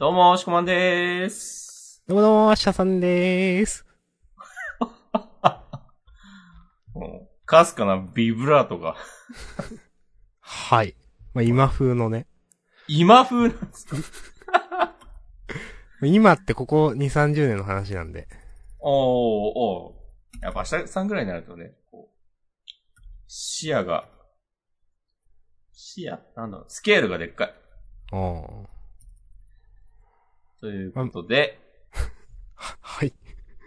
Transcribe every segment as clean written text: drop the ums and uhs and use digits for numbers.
どうも、しこまんでーす。 どうもどうも、シャさんでーす。 かすかなビブラートが。 はい。今風のね。 今風なんですか？ 今ってここ2、30年の話なんで。 おー。やっぱ明日さんぐらいになるとね、視野、なんだろう、スケールがでっかい。 おー。 ということで、 はい。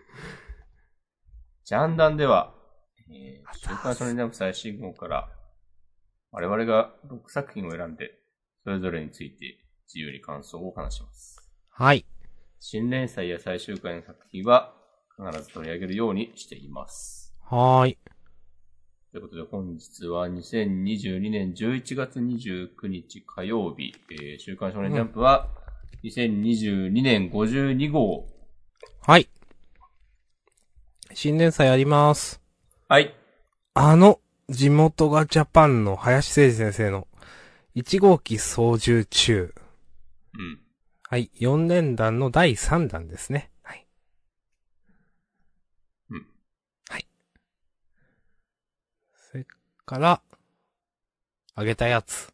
ジャンダンでは、週刊少年ジャンプ最新号から、我々が6作品を選んで、それぞれについて自由に感想を話します。 はい。 新連載や最終回の作品は、必ず取り上げるようにしています。 はーい。 ということで本日は2022年11月29日火曜日、週刊少年ジャンプは2022年52号。 はい。新連載あります。 はい。 地元がジャパンの林誠司先生の1号機操縦中。 うん。 はい。4連弾の第3弾ですね。はい。 うん。 はい。それから、あげたやつ。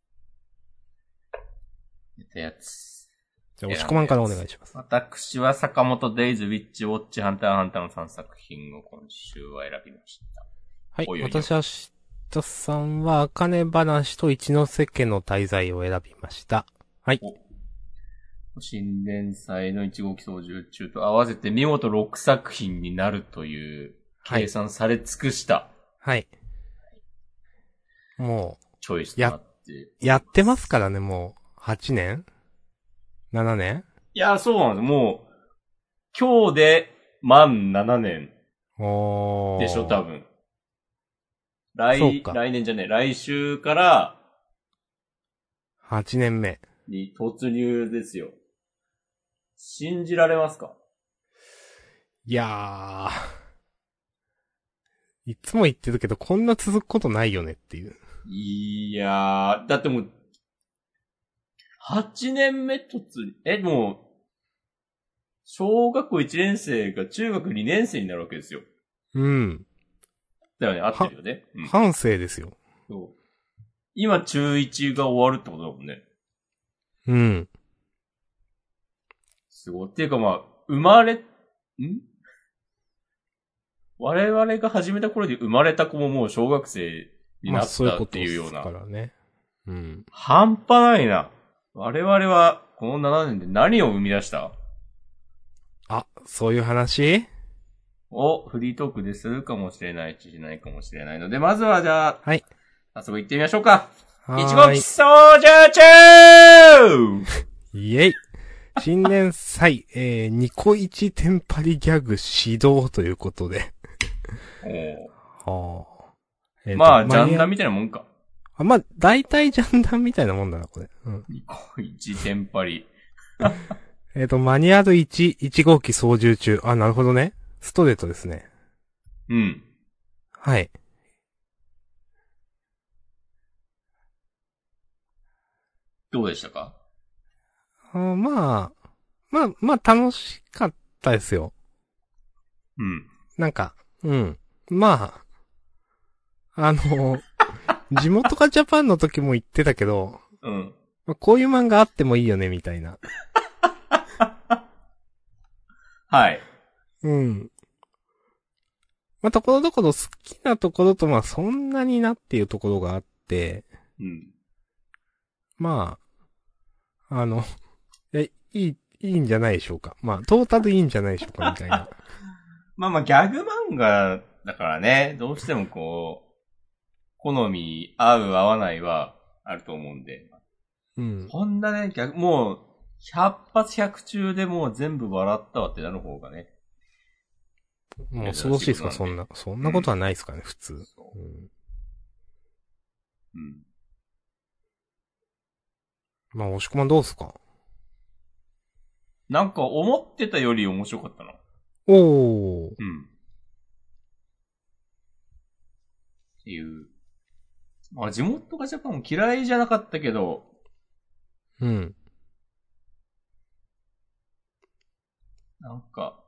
ってやつ。 じゃあ、押し込まんからお願いします。 私は坂本デイズ、ウィッチ、ウォッチ、ハンターハンターの3作品を今週は選びました。 はい。 おいおいおい私は、下さんは、あかね話と一ノ瀬家の滞在を選びました。はい。 新連載の1号機操縦中と合わせて見事6作品になるという計算され尽くした、 はい。もう、 チョイスとなってやってますからね、もう、8年 ?7 年いや、そうなんです。もう、今日で満7年おー。 でしょ、多分。 そうか。 来年じゃねえ、来週から 8年目。 に突入ですよ。信じられますか？ いやいつも言ってるけど、こんな続くことないよねっていう。 いやー、だってもう、8年目突入、もう、小学校1年生が中学2年生になるわけですよ。 うん。 だよね、合ってるよね。うん。 反省ですよ。 そう。今中1が終わるってことだもんね。 うん。 すごい。っていうか我々が始めた頃で生まれた子ももう小学生になったっていうような。 そういうことですからね。うん。 半端ないな。我々はこの7年で何を生み出したそういう話をフリートークでするかもしれないしないかもしれないので、まずはじゃあ、 はい。 早速行ってみましょうか。 はい。 一号機操縦中イェイ。新年祭、ニコイチテンパリギャグ指導ということで。はあ。まあ、ジャンダンみたいなもんか。 大体ジャンダンみたいなもんだな、これ。うん。 ニコイチテンパリ。 マニュアル1、1号機操縦中。なるほどね。ストレートですね。 うん。 はい。 どうでしたか？ 楽しかったですよ。 うん。 なんか、うん。地元がジャパンの時も言ってたけど、 うん。 こういう漫画あってもいいよね、みたいな。 はい。 うん。ところどころ好きなところと、そんなになっていうところがあって、 うん。 いいんじゃないでしょうか。トータルいいんじゃないでしょうか、みたいな。 ギャグ漫画だからね、どうしても好み合う合わないはあると思うんで。 うん。 こんなね、もう、100発100中でもう全部笑ったわってなる方がね。 もう恐ろしいですか、そんなことはないですかね、普通。うん。 うん。 押し込まんどうすか？ なんか思ってたより面白かったな。 おー。 うん。っていう。地元がジャパンも嫌いじゃなかったけど、 うん。 なんか、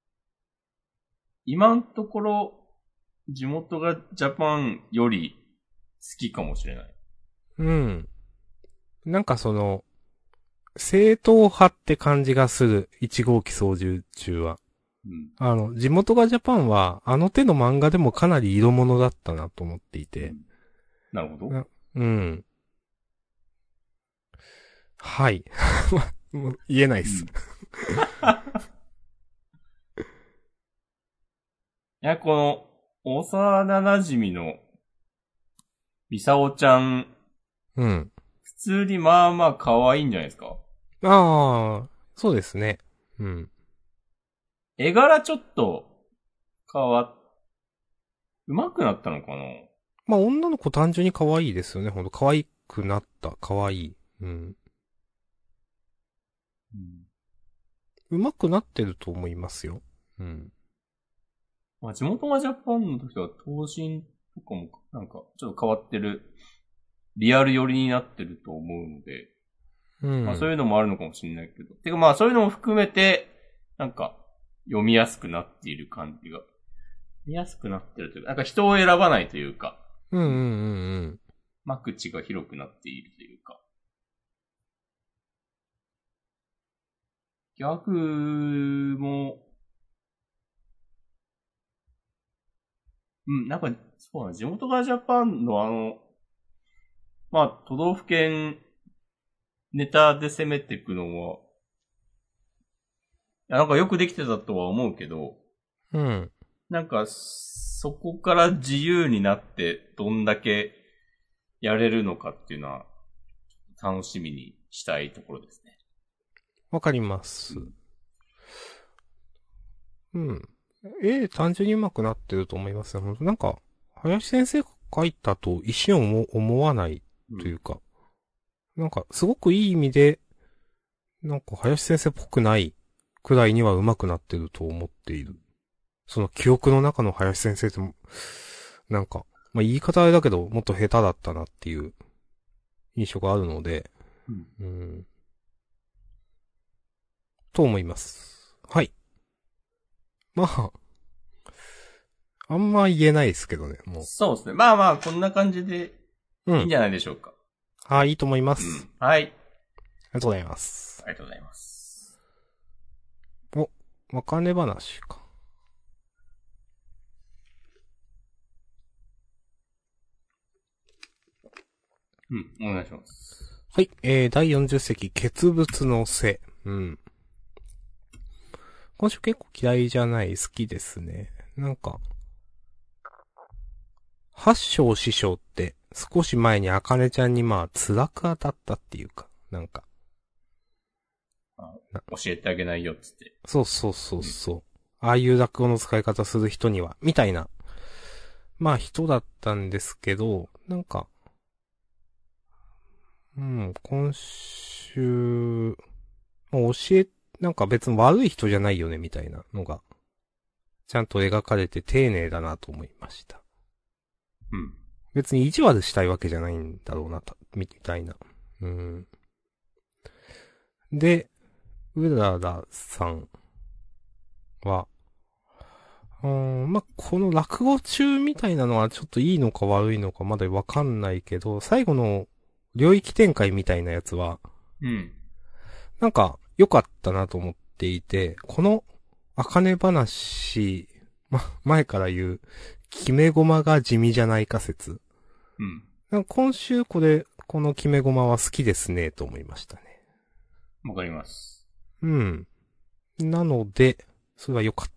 今のところ、地元がジャパンより好きかもしれない。 うん。なんかその、正統派って感じがする、1号機操縦中は。 うん。 地元がジャパンは、あの手の漫画でもかなり色物だったなと思っていて。 なるほど。 うん。はい。もう言えないっす。 いや、この、幼馴染の、ミサオちゃん、 うん。 普通にまあまあ可愛いんじゃないですか。 ああ、そうですね。うん。 絵柄ちょっと、変わっ、上手くなったのかな。 まあ、女の子単純に可愛いですよね。ほんと可愛くなった。可愛い。うん。上手くなってると思いますよ。うん。 まあ、地元がジャパンの時は、頭身とかも、なんか、ちょっと変わってる、リアル寄りになってると思うので、 うん。 まあそういうのもあるのかもしれないけど。てかまあそういうのも含めて、なんか、読みやすくなっている感じが。読みやすくなってるというか、なんか人を選ばないというか、 うんうんうんうん。 間口が広くなっているというか。ギャグも、なんか、そうな、地元がジャパンのまあ、都道府県ネタで攻めていくのは、いやなんかよくできてたとは思うけど、 うん。 なんか、そこから自由になってどんだけやれるのかっていうのは、楽しみにしたいところですね。 わかります。うん。単純に上手くなってると思いますね。ほんとなんか、林先生が書いたと一瞬思わないというか、なんか、すごくいい意味で、なんか林先生っぽくないくらいには上手くなってると思っている。その記憶の中の林先生っても、なんか、まあ、言い方あれだけど、もっと下手だったなっていう印象があるので、うん。と思います。はい。まあ、あんま言えないですけどね、もそうですね。まあまあ、こんな感じでう。うん。 いいんじゃないでしょうか。 はい、いいと思います。 はい。ありありがとうございます。 がとうございます。 お、わかね話か。 お願いします。 はい、第40席、傑物の背。うん。今週結構嫌いじゃない、好きですね。なんか、八章師匠って少し前にあかねちゃんにまあ辛く当たったっていうか、なんか。 教えてあげないよっつって。 そうそうそうそう。ああいう落語の使い方する人には、みたいな、まあ人だったんですけど、なんか、今週、まあなんか別に悪い人じゃないよね、みたいなのが、ちゃんと描かれて丁寧だなと思いました。別に意地悪したいわけじゃないんだろうな、みたいな。で、うららさんは、まあ、この落語中みたいなのはちょっといいのか悪いのかまだわかんないけど、最後の領域展開みたいなやつは、なんか良かったなと思っていて、この、あかね話、前から言う、決め駒が地味じゃないか説。なんか今週この決め駒は好きですね、と思いましたね。 わかります。 なので、それは良かった。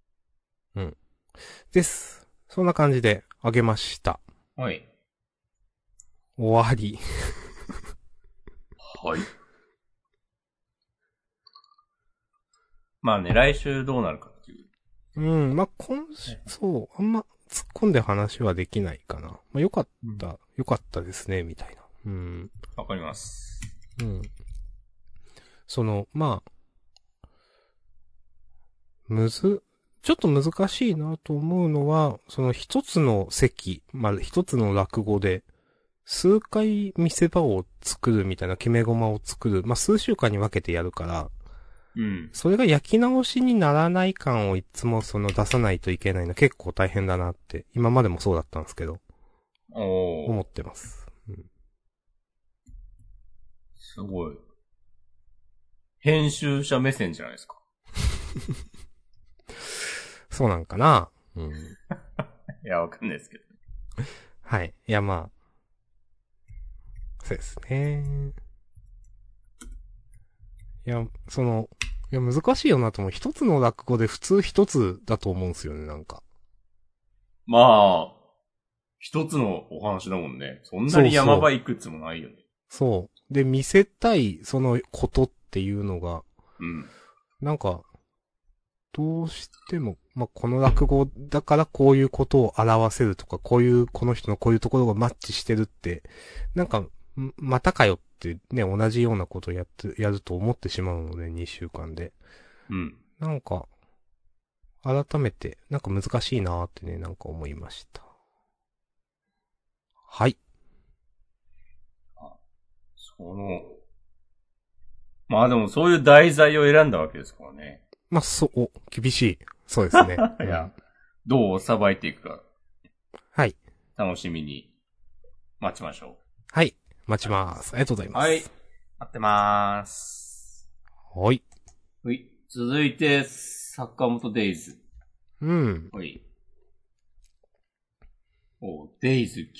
です。そんな感じであげました。 はい。 終わり。 はい。まあね、来週どうなるかっていう。 まあ、今週、そう、あんま突っ込んで話はできないかな。まあ、良かったですね、みたいな。 わかります。 まあ、ちょっと難しいなと思うのは、その一つの席、まあ一つの落語で、数回見せ場を作るみたいな決め駒を作る。まあ数週間に分けてやるから、 うん。 それが焼き直しにならない感をいつも出さないといけないの結構大変だなって、今までもそうだったんですけど、思おー、 ってます。うん、 すごい。編集者目線じゃないですか。 そうなんかな。うん。 いや、わかんないですけど。 はい。いや、まあ、そうですね。いや、いや、難しいよなと思う。一つの落語で普通一つだと思うんですよね、なんか。 まあ、一つのお話だもんね。そんなに山そうそう。 場いくつもないよね。 そう。で、見せたい、そのことっていうのが、 うん。 なんか、どうしても、まあ、この落語だからこういうことを表せるとか、この人のこういうところがマッチしてるって、なんか、またかよってね、同じようなことをやると思ってしまうので、2週間で。 うん。 なんか、改めて、なんか難しいなーってね、なんか思いました。はい。 あ、まあでもそういう題材を選んだわけですからね。 まあ、厳しい。そうですね。 いや、 うん。 どうさばいていくか、 はい。 楽しみに待ちましょう。 はい。待ちます。ありがとうございまはい。 す。 待ってまーす。 はい。 はい。続いて、坂本デイズ。 うん。 はい。デイズ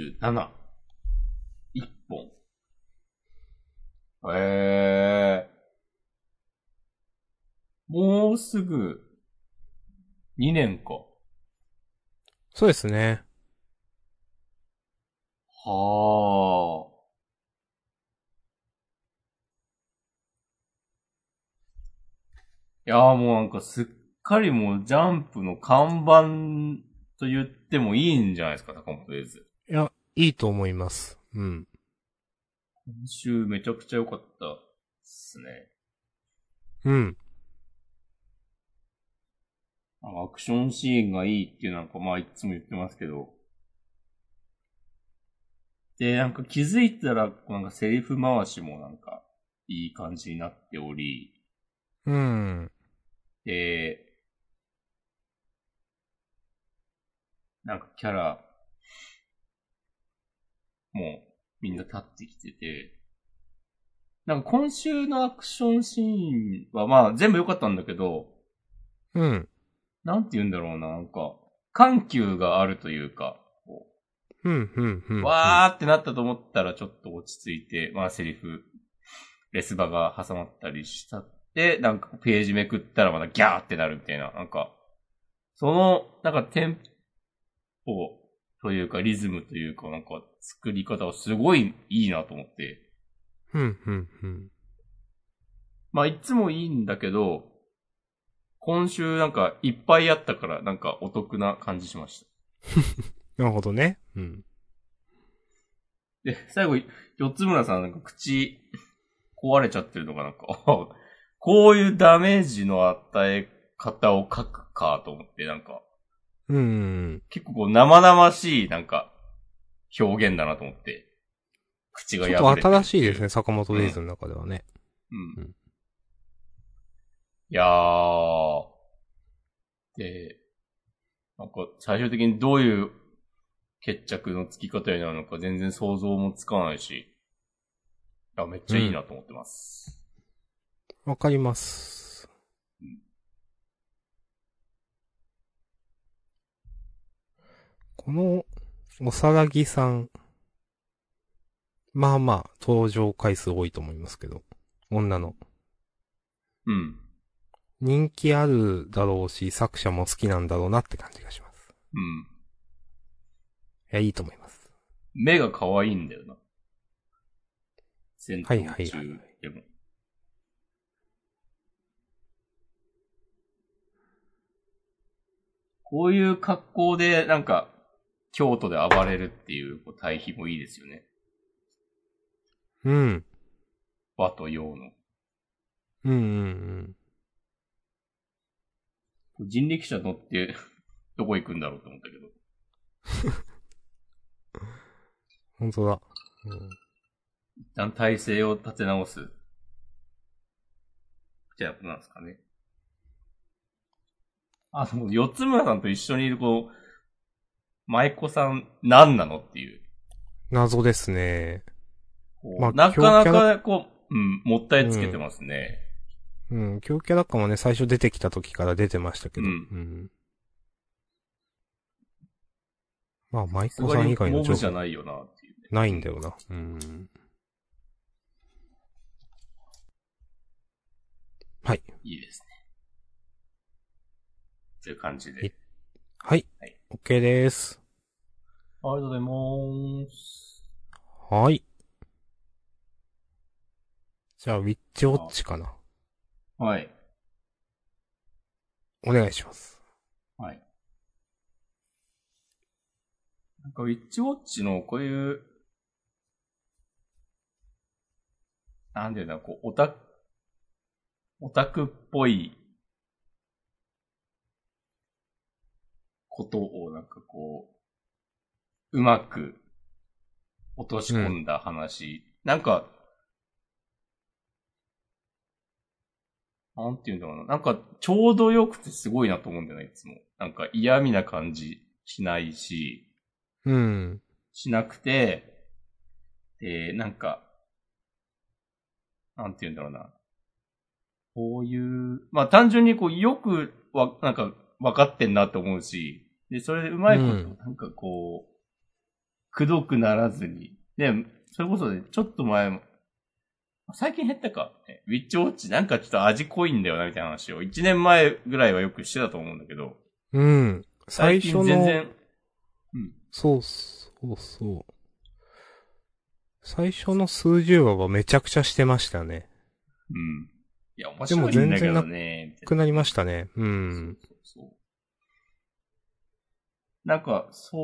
97。1本。もうすぐ2年か。 そうですね。 はあ。いやーもうなんかすっかりもうジャンプの看板と言ってもいいんじゃないですか、坂本デイズ。 いや、いいと思います。うん。 今週めちゃくちゃ良かったっすね。 うん。 アクションシーンがいいっていうなんかまあいつも言ってますけど。で、なんか気づいたらなんかセリフ回しもなんかいい感じになっており、 うん。 で、なんかキャラもみんな立ってきてて、なんか今週のアクションシーンはまあ全部良かったんだけど、 うん。 なんて言うんだろうな、なんか、緩急があるというか、 うん、うん、うん、うん。 わーってなったと思ったらちょっと落ち着いて、まあセリフ、レスバが挟まったりしたって、なんかページめくったらまたギャーってなるみたいな、なんか、なんかテンポというかリズムというか、なんか作り方はすごいいいなと思って。 うん、うん、うん。 まあいつもいいんだけど、今週なんかいっぱいあったからなんかお得な感じしました。 なるほどね。うん。 で、最後、四つ村さんなんか口壊れちゃってるのがなんか、こういうダメージの与え方を書くかと思って、なんか、 うん。 結構こう生々しいなんか表現だなと思って、口がちょっと破れてる新しいですね、 っていう。 坂本うん。 デイズの中ではね。 うん。 うん。 いやー、で、なんか最終的にどういう決着のつき方になるのか全然想像もつかないし、いや、めっちゃいいうん。 なと思ってます。 わかります。 うん。 この、おさらぎさん、まあまあ、登場回数多いと思いますけど、女の。 うん。 人気あるだろうし、作者も好きなんだろうなって感じがします。 うん。 いや、いいと思います。 目が可愛いんだよな。戦はい闘はいはい。 中でも。こういう格好で、なんか、京都で暴れるっていう対比もいいですよね。 うん。 和と洋の。 うんうん人力車乗ってどこ行くんだろうと思ったけど。 うん。本当だ。うん。 一旦体勢を立て直す。 てなことなんですかね。四つ村さんと一緒にいる舞妓さん何なのっていう。 謎ですね。まあ、 なかな強キャラ、 かもったいつけてますね。 強キャラかもね、最初出てきた時から出てましたけど。まあ、舞妓さん以外のモブじゃないよなっていう、ね。 ないんだよな。はい。 いいですね。という感じで。 はい。OK です。 ありがとうございます。 はい。じゃあ、ウィッチウォッチかな。 はい。 お願いします。 はい。なんかウィッチウォッチのこういう、なんていうんだ、オタクっぽいことをなんかうまく落とし込んだ話。なんか、なんていうんだろうな。なんか、ちょうどよくてすごいなと思うんだよね、いつも。なんか嫌味な感じしないし、しなくて、なんか、なんていうんだろうな。こういう、まあ単純によくなんか、分かってんなって思うし、で、それでうまいこと、なんかくどくならずに、で、それこそね、ちょっと前も、最近減ったか。ウィッチウォッチなんかちょっと味濃いんだよなみたいな話を1年前ぐらいはよくしてたと思うんだけど。 最初の、 全然、 そうそうそう。最初の数十話はめちゃくちゃしてましたね。 いや、面白いんだけどね。 なくなりましたね。 そうなんか、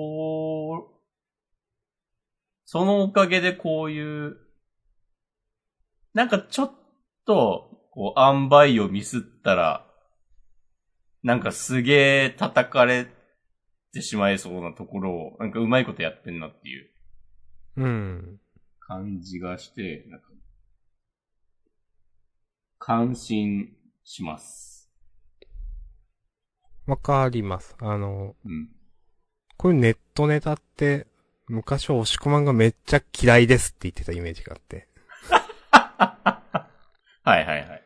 そのおかげでこういう、なんかちょっと、塩梅をミスったら、なんかすげえ叩かれてしまいそうなところを、なんかうまいことやってんなっていう。感じがして、なんか、感心します。 わかります。こういうネットネタって、昔は押し込まんがめっちゃ嫌いですって言ってたイメージがあって。 はいはいはい。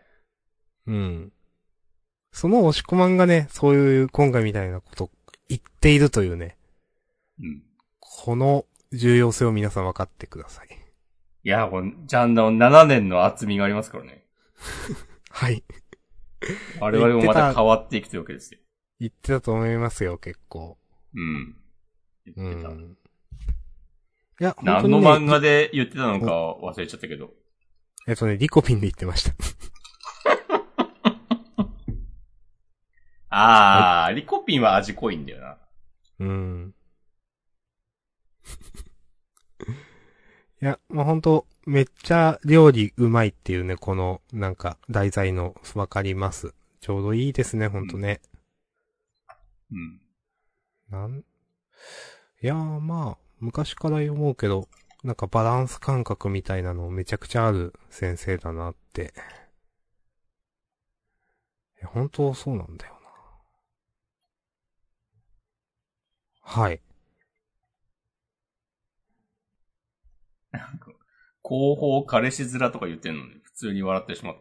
その押し込まんがね、そういう今回みたいなこと言っているというね。この重要性を皆さん分かってください。 いや、ジャンダン7年の厚みがありますからね。 はい。 我々もまた変わっていくというわけですよ。 言ってたと思いますよ、結構。 言ってた。 いや、 本当に、ね、何の漫画で言ってたのか忘れちゃったけど。 リコピンで言ってました。 リコピンは味濃いんだよな。 いや、まあ、ほんと、めっちゃ料理うまいっていうね、この、なんか、題材の、わかります。ちょうどいいですね、ほんとね。いやー、まあ、昔から思うけど、なんかバランス感覚みたいなのめちゃくちゃある先生だなって。本当そうなんだよな。はい。 なんか、後方彼氏面とか言ってんのに、普通に笑ってしまった。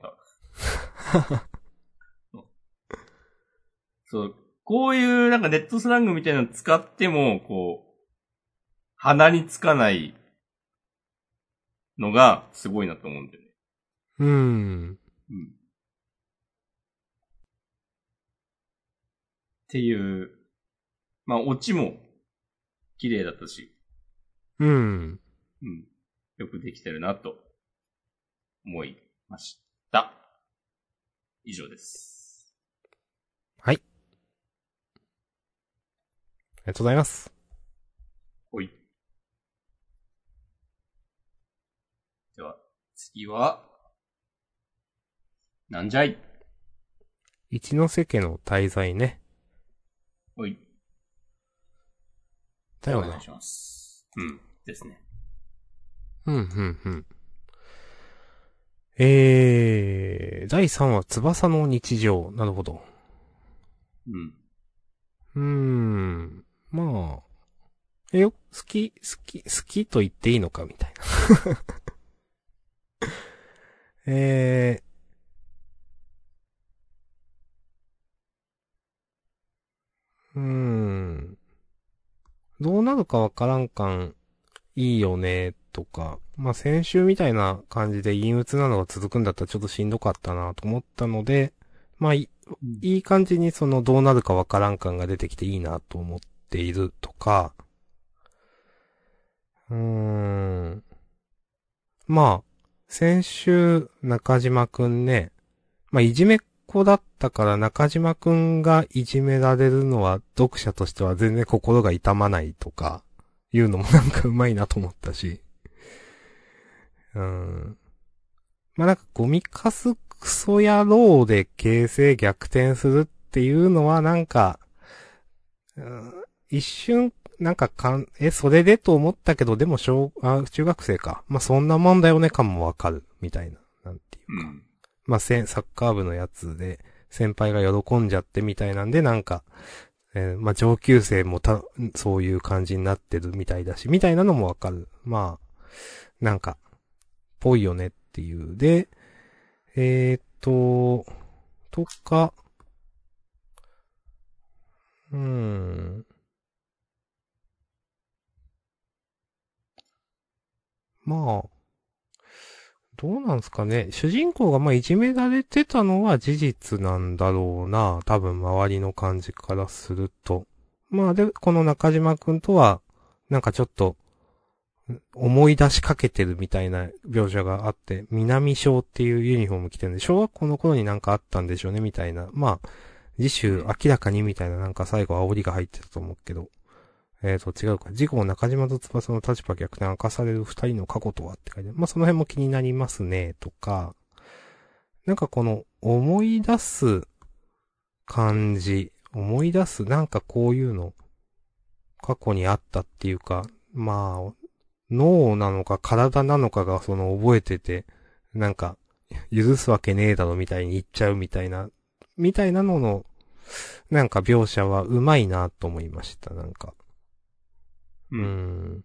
そう、こういうなんかネットスラングみたいなの使っても、鼻につかないのがすごいなと思うんだよね。っていう、まあ、オチも綺麗だったし。よくできてるなと思いました。以上です。 はい。ありがとうございます。 ほい。では、次は、なんじゃい。 一ノ瀬家の滞在ね。 ほい。 だよな。 お願いします。ですね。 第3話、翼の日常。なるほど。 うん。 まあ、好きと言っていいのかみたいな。えー、どうなるかわからん感、いいよね、とか。まあ、先週みたいな感じで陰鬱なのが続くんだったらちょっとしんどかったなと思ったので、まあ、 うん。 いい感じにそのどうなるかわからん感が出てきていいなと思っているとか、うーん。まあ、先週、中島くんね、まあ、いじめっ子だったから中島くんがいじめられるのは読者としては全然心が痛まないとか、いうのもなんかうまいなと思ったし。まあ、なんかゴミカスクソ野郎で形勢逆転するっていうのはなんか、うん、一瞬、なんかそれでと思ったけど、でも中学生か。まあ、そんなもんだよね感もわかる、みたいな。なんていうか。 うん。 まあ、サッカー部のやつで、先輩が喜んじゃってみたいなんで、なんか、まあ、上級生もそういう感じになってるみたいだし、みたいなのもわかる。まあ、なんか、ぽいよねっていう。で、とか、うーん。まあ、どうなんすかね。主人公がまあいじめられてたのは事実なんだろうな。多分周りの感じからすると。まあで、この中島くんとは、なんかちょっと、思い出しかけてるみたいな描写があって、南小っていうユニフォーム着てるんで、小学校の頃になんかあったんでしょうね、みたいな。まあ、次週明らかにみたいななんか最後煽りが入ってたと思うけど。違うか。事故中島と翼の立場逆転明かされる二人の過去とはって書いてある。まあ、その辺も気になりますね、とか。なんかこの思い出す感じ、思い出すなんかこういうの過去にあったっていうか、まあ、脳なのか体なのかがその覚えてて、なんか、許すわけねえだろみたいに言っちゃうみたいなのの、なんか描写はうまいなと思いました、なんか。 うん。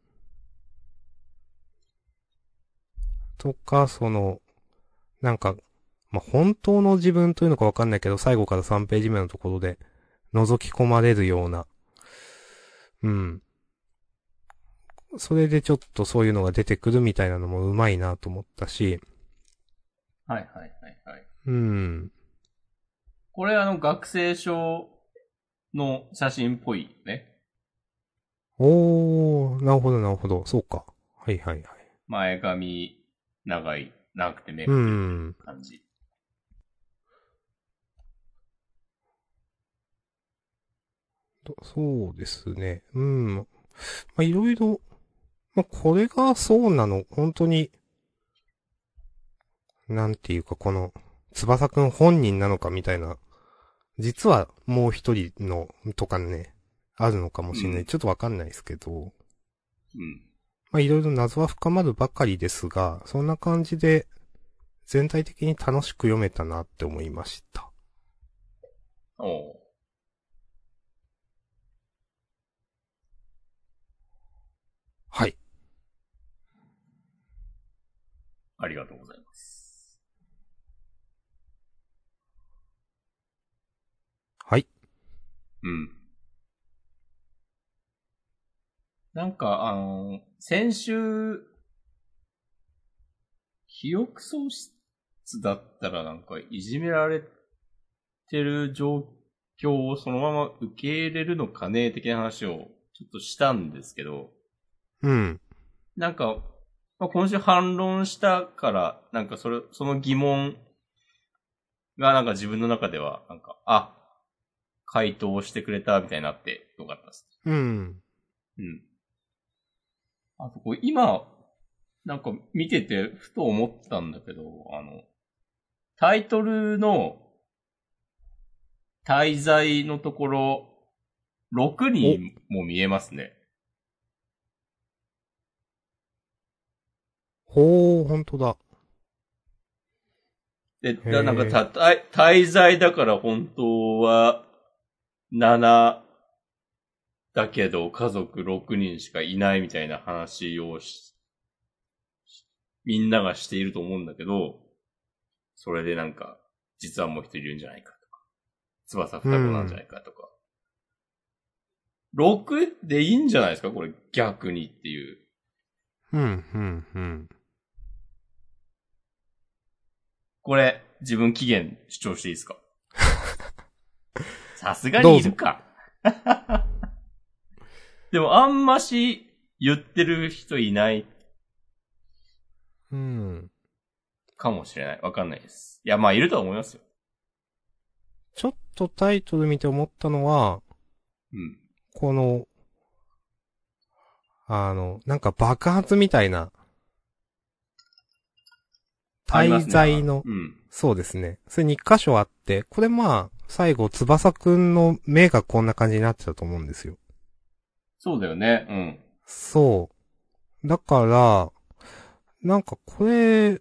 とか、なんか、まあ、本当の自分というのかわかんないけど、最後から3ページ目のところで、覗き込まれるような、うん。それでちょっとそういうのが出てくるみたいなのもうまいなと思ったし、 はいはいはいはい。 うん。 これ学生証の写真っぽいよね。 おー、なるほどなるほど。そうか。はいはいはい。 前髪長くてめうくってるん。 感じ。 そうですね。うん。まあ、いろいろ、まあ、これがそうなの、本当に、なんていうかこの、翼くん本人なのかみたいな、実はもう一人の、とかね、あるのかもしれない。 うん。 ちょっとわかんないですけど、 うん。 まあ、いろいろ謎は深まるばかりですが、そんな感じで、全体的に楽しく読めたなって思いました。 おう。 はい。 ありがとうございます。 はい。 うん。先週、記憶喪失だったらいじめられてる状況をそのまま受け入れるのかね的な話をちょっとしたんですけど、 うん。 なんか、まあ、今週反論したから、その疑問が自分の中では、回答してくれたみたいになってよかったです。 うん。 うん。あと今、見ててふと思ったんだけど、タイトルの滞在のところ、6 お、 人も見えますね。 ほー、ほんとだ。 で、なんか滞在だから本当は7だけど家族6人しかいないみたいな話をみんながしていると思うんだけど、それでなんか、実はもう一人いるんじゃないかとか、翼双子なんじゃないかとか。6でいいんじゃないですかこれ逆にっていう。これ、自分期限主張していいですか？さすがにいるか。でもあんまし言ってる人いないかもしれない。わかんないです。いや、まあいるとは思いますよ。 ちょっとタイトル見て思ったのは、この、なんか爆発みたいな、滞在の、そうですね。それ2箇所あって、これまあ、最後、翼くんの目がこんな感じになってたと思うんですよ。 そうだよね。 そう。だから、なんかこれ、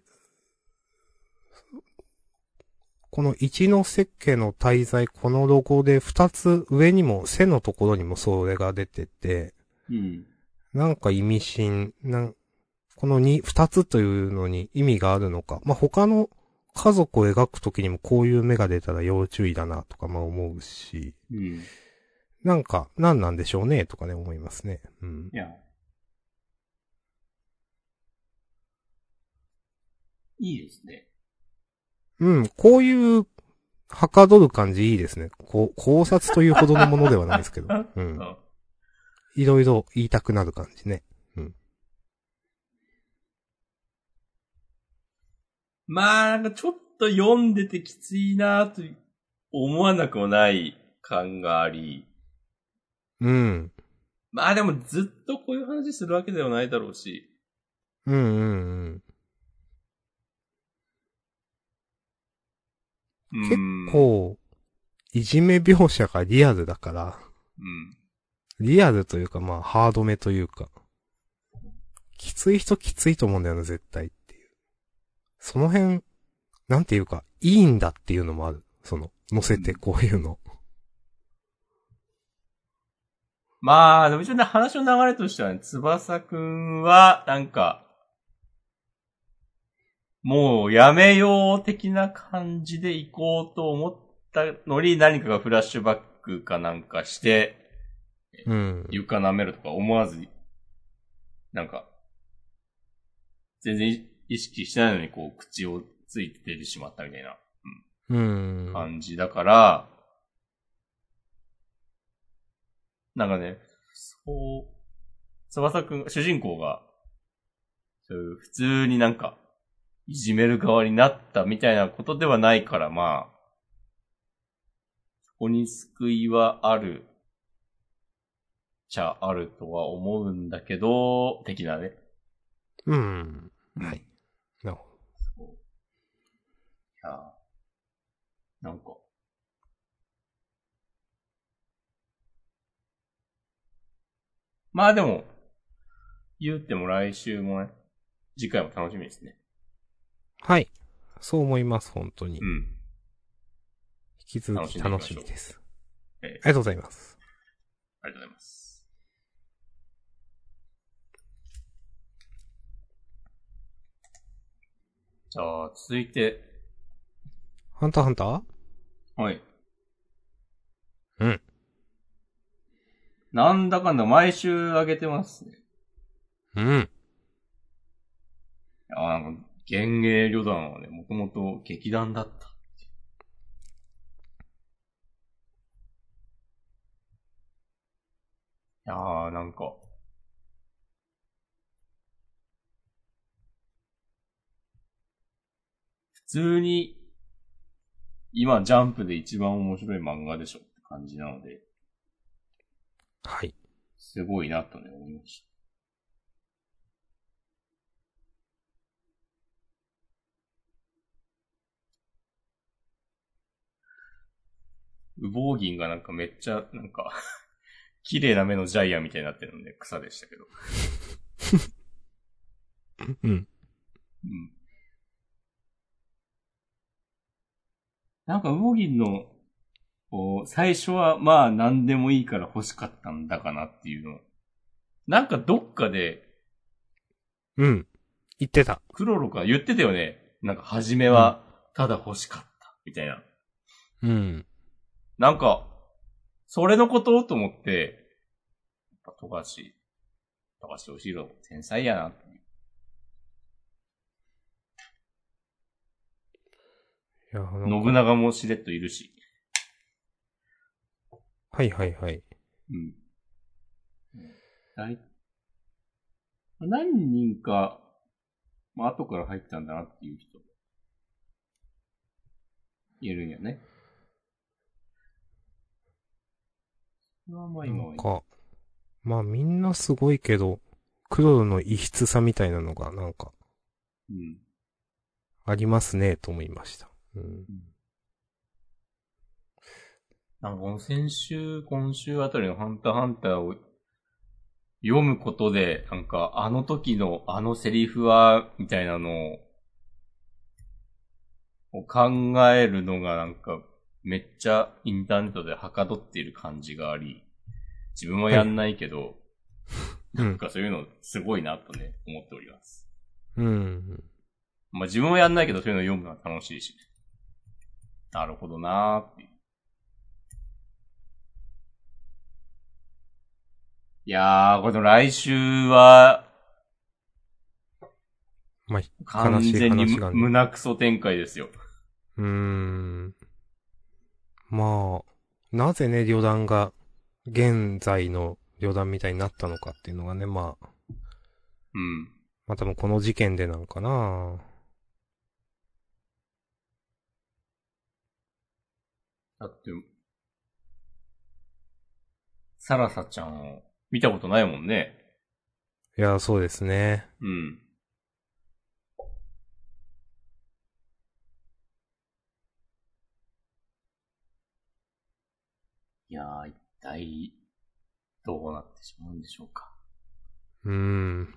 この一ノ瀬家の滞在、このロゴで2つ上にも背のところにもそれが出てて、なんか意味深、この2つというのに意味があるのか。まあ、他の家族を描くときにもこういう目が出たら要注意だなとかまあ思うし、なんか何なんでしょうねとかね思いますね。 いや。いいですね。 こういう、はかどる感じいいですね。考察というほどのものではないですけど。いろいろ言いたくなる感じね。 まあ、なんかちょっと読んでてきついなと思わなくもない感があり。まあでもずっとこういう話するわけではないだろうし。 結構、いじめ描写がリアルだから、リアルというかまあハードめというか、きつい人きついと思うんだよな、絶対っていう。その辺、なんていうか、いいんだっていうのもある。乗せてこういうの。 まあ、でも一応ね、話の流れとしてはね、翼くんは、なんか、もうやめよう的な感じで行こうと思ったのに何かがフラッシュバックかなんかして、床舐めるとか思わず、なんか、全然意識してないのにこう口をついて出てしまったみたいな、感じだから、なんかね、翼くん、主人公が、そういう普通になんか、いじめる側になったみたいなことではないから、まあ、そこに救いはある、ちゃあるとは思うんだけど、的なね。 はい。なるほど。 いや、なんか、まあでも、言うても来週もね、次回も楽しみですね。 はい。そう思います、本当に。引き続き楽しみです。ありがとうございます。 ありがとうございます。じゃあ、続いて。 ハンターハンター？ はい。なんだかんだ毎週上げてますね。なんか、幻影旅団はね、もともと劇団だった。いやー、なんか、普通に、今ジャンプで一番面白い漫画でしょって感じなので。 はい。 すごいなとね、思いました。羽毛銀がなんかめっちゃ、なんか綺麗な目のジャイアンみたいになってるので草でしたけど。 なんかウオギンの、こう、最初はまあ何でもいいから欲しかったんだかなっていうの。なんかどっかで、 うん。言ってた。 クロロが言ってたよね。なんか初めはただ欲しかった。みたいな。 うん。 なんか、それのことと思って、富樫義弘、天才やなっていう。 いや、 信長もしれっといるし。 はいはいはい。 うん。何人か、まあ、後から入ったんだなっていう人、いるんよね。まあまあ今はいい。 まあみんなすごいけど、クロロの異質さみたいなのがなんか、 うん。 ありますね、と思いました。うん。 なんかこの今週あたりのハンターハンターを読むことで、なんかあの時のあのセリフは、みたいなのを考えるのがなんかめっちゃインターネットではかどっている感じがあり、自分はやんないけど、なんかそういうのすごいなとね、思っております。 うん。 まあ自分はやんないけどそういうの読むのは楽しいし。なるほどなーっていう。いやー、この来週は、 まあ、悲しい完全に話がね。 胸クソ展開ですよ。 まあ、なぜね、旅団が、現在の旅団みたいになったのかっていうのがね、まあ、 うん。 まあ多分この事件でなんかな。 だって、サラサちゃんを見たことないもんね。 いや、そうですね。 うん。いやー、一体、どうなってしまうんでしょうか。 うーん。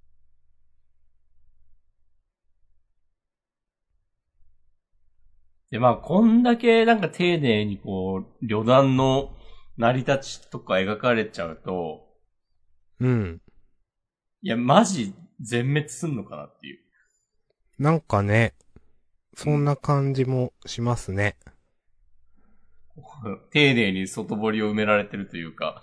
で、まあ、こんだけなんか丁寧にこう、旅団の成り立ちとか描かれちゃうと、 うん。 いや、マジ全滅すんのかなっていう。 なんかね、そんうん。 な感じもしますね。 丁寧に外堀を埋められてるというか、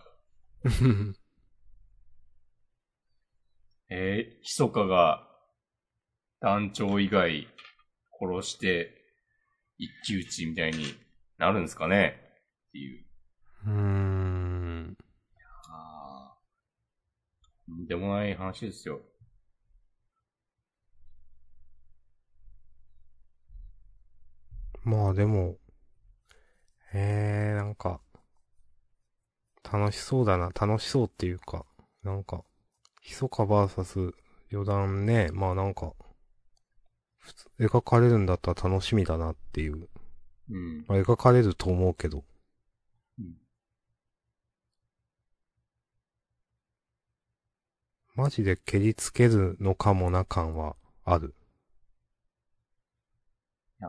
密かが団長以外殺して一騎打ちみたいになるんですかねっていう。あー、とんでもない話ですよ。 まあでも、なんか、楽しそうだな。楽しそうっていうか、なんか、ひそかバーサス余談ね、まあなんか、描かれるんだったら楽しみだなっていう。 うん。 まあ、描かれると思うけど。 うん、 マジで蹴りつけるのかもな感はある。 いや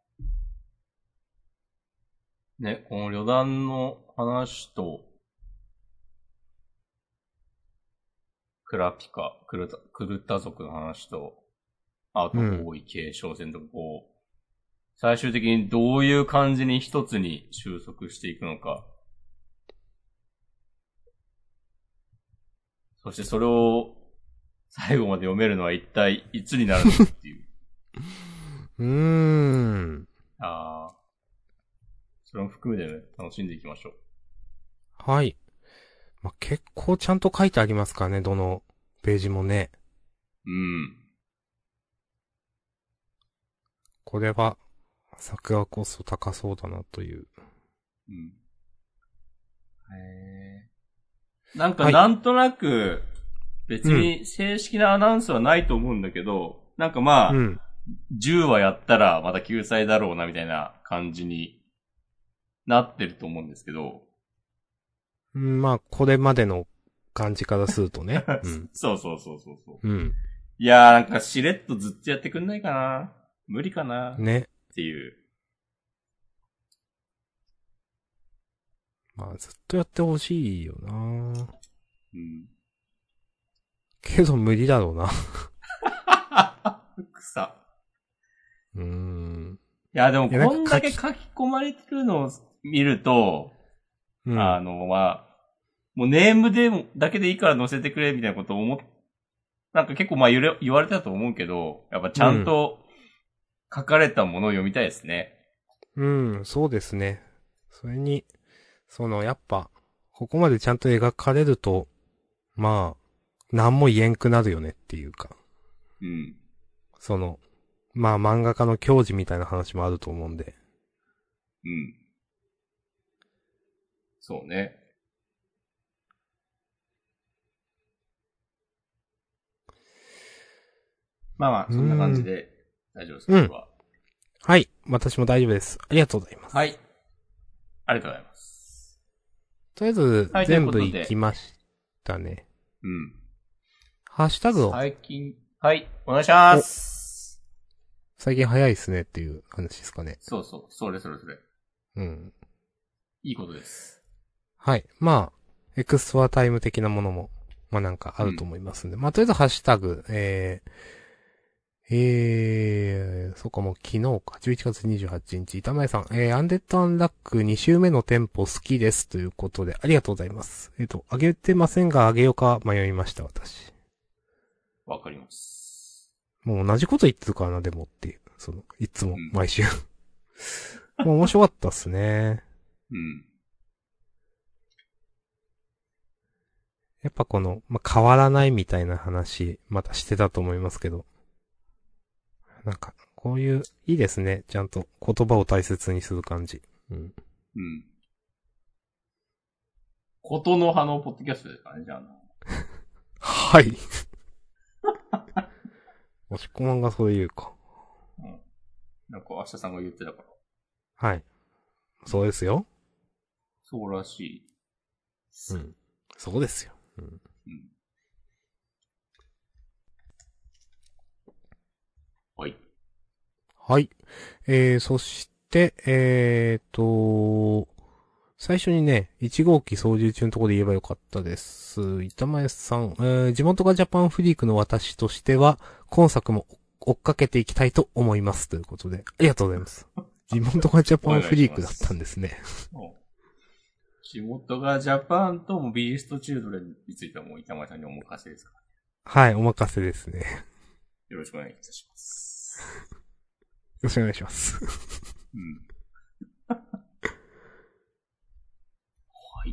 ね、この旅団の話と、クラピカ、クルタ族の話と、あと、 うん。 王位継承戦とか、こう、最終的にどういう感じに一つに収束していくのか。そしてそれを最後まで読めるのは一体いつになるのかっていう。 うーん。 ああ、それも含めてね、楽しんでいきましょう。 はい。まあ、結構ちゃんと書いてありますからね、どのページもね。 うん。 これは、桜こそ高そうだなという。 うん。へー、なんかはい。 なんとなく、別うん。 に正式なアナウンスはないと思うんだけど、なんかまあ、 うん。 10話やったらまた救済だろうなみたいな感じになってると思うんですけど。 うん、まあ、これまでの感じからするとね。うん。 そうそうそうそうそう。 うん。 いやーなんかしれっとずっとやってくんないかな。無理かなっね。 ていう。 まあずっとやってほしいよな。 うん。 けど無理だろうな。 草。 いいや、でもや、なんこんだけ書き込まれてるのを見ると、 うん。 まあ、もうネームでも、だけでいいから載せてくれみたいなことをなんか結構まあ言われたと思うけど、やっぱちゃんと書かれたものを読みたいですね。 うん、そうですね。それに、やっぱ、ここまでちゃんと描かれると、まあ、なんも言えんくなるよねっていうか、 うん。 その、まあ漫画家の矜持みたいな話もあると思うんで。 うん。そうね。まあまあ、 うーそんな感じん。 で大丈夫です、 うん。 僕は。 はい。私も大丈夫です。ありがとうございます。 はい。ありがとうございます。 とりあえず、 はい、という全部ことで、 行きましたね。 うん。 ハッシュタグを、 最近、はい、お願いしまお、 す。 最近早いっすねっていう話ですかね。 そうそう、それ。 うん。 いいことです。 はい。まあ、エクストラタイム的なものも、まあなんかあるとうん。 思いますんで。まあとりあえずハッシュタグ、そうかもう昨日か、11月28日、板前さん、アンデッドアンラック2週目の店舗好きですということで、ありがとうございます。あげてませんが、あげようか迷いました、私。 わかります。 もう同じこと言ってるからな、でもっていう。いつも、 うん。 毎週。もう面白かったっすね。 うん。 やっぱまあ、変わらないみたいな話、またしてたと思いますけど。なんか、こういう、いいですね。ちゃんと言葉を大切にする感じ。うん。 うん。ことの葉のポッドキャストですかね、じゃあな。 はい。押し込まんがそういうか。 うん。なんか明日さんが言ってたから。 はい。 うん。 そうですよ。 そうらしい。 うん。そうですよ。うん。 うん。はい。 はい。そして、最初にね、1号機操縦中のところで言えばよかったです。板前さん、地元がジャパンフリークの私としては、今作も追っかけていきたいと思います。ということで、ありがとうございます。地元がジャパンお願いしフリークだったんます。 ですね。 地元がジャパンともビーストチルドレンについてはもう板前さんにお任せですか？ はい、お任せですね。よよろしくお願いいたします。 ろしくお願いします。 うん。はい。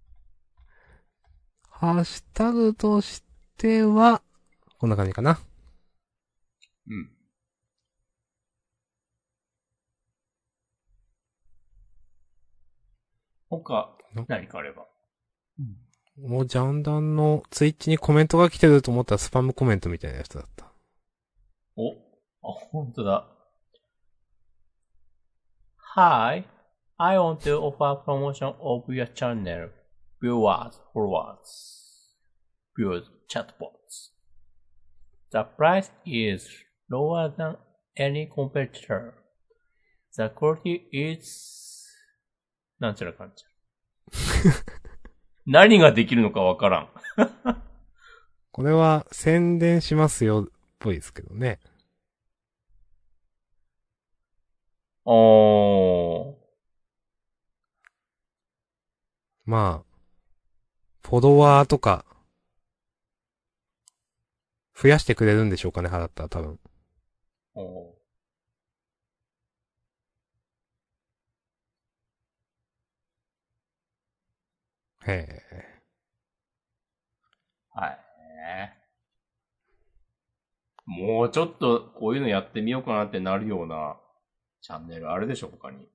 ハッシュタグとしては、こんな感じかな。 うん。他、何かあれば。 もうジャンダンのツイッチにコメントが来てると思ったらスパムコメントみたいなやつだった。 お、本当だ。Hi, I want to offer promotion of your channel. Viewers, followers, viewers, chatbots. The price is lower than any competitor. The quality is なんちゃらかんちゃら。何ができるのかわからん。 これは宣伝しますよ、っぽいですけどね。 おー。 まあ、フォロワーとか、増やしてくれるんでしょうかね、払ったら多分。 おー。 へえ。 はい。もうちょっとこういうのやってみようかなってなるようなチャンネルあるでしょ、他に。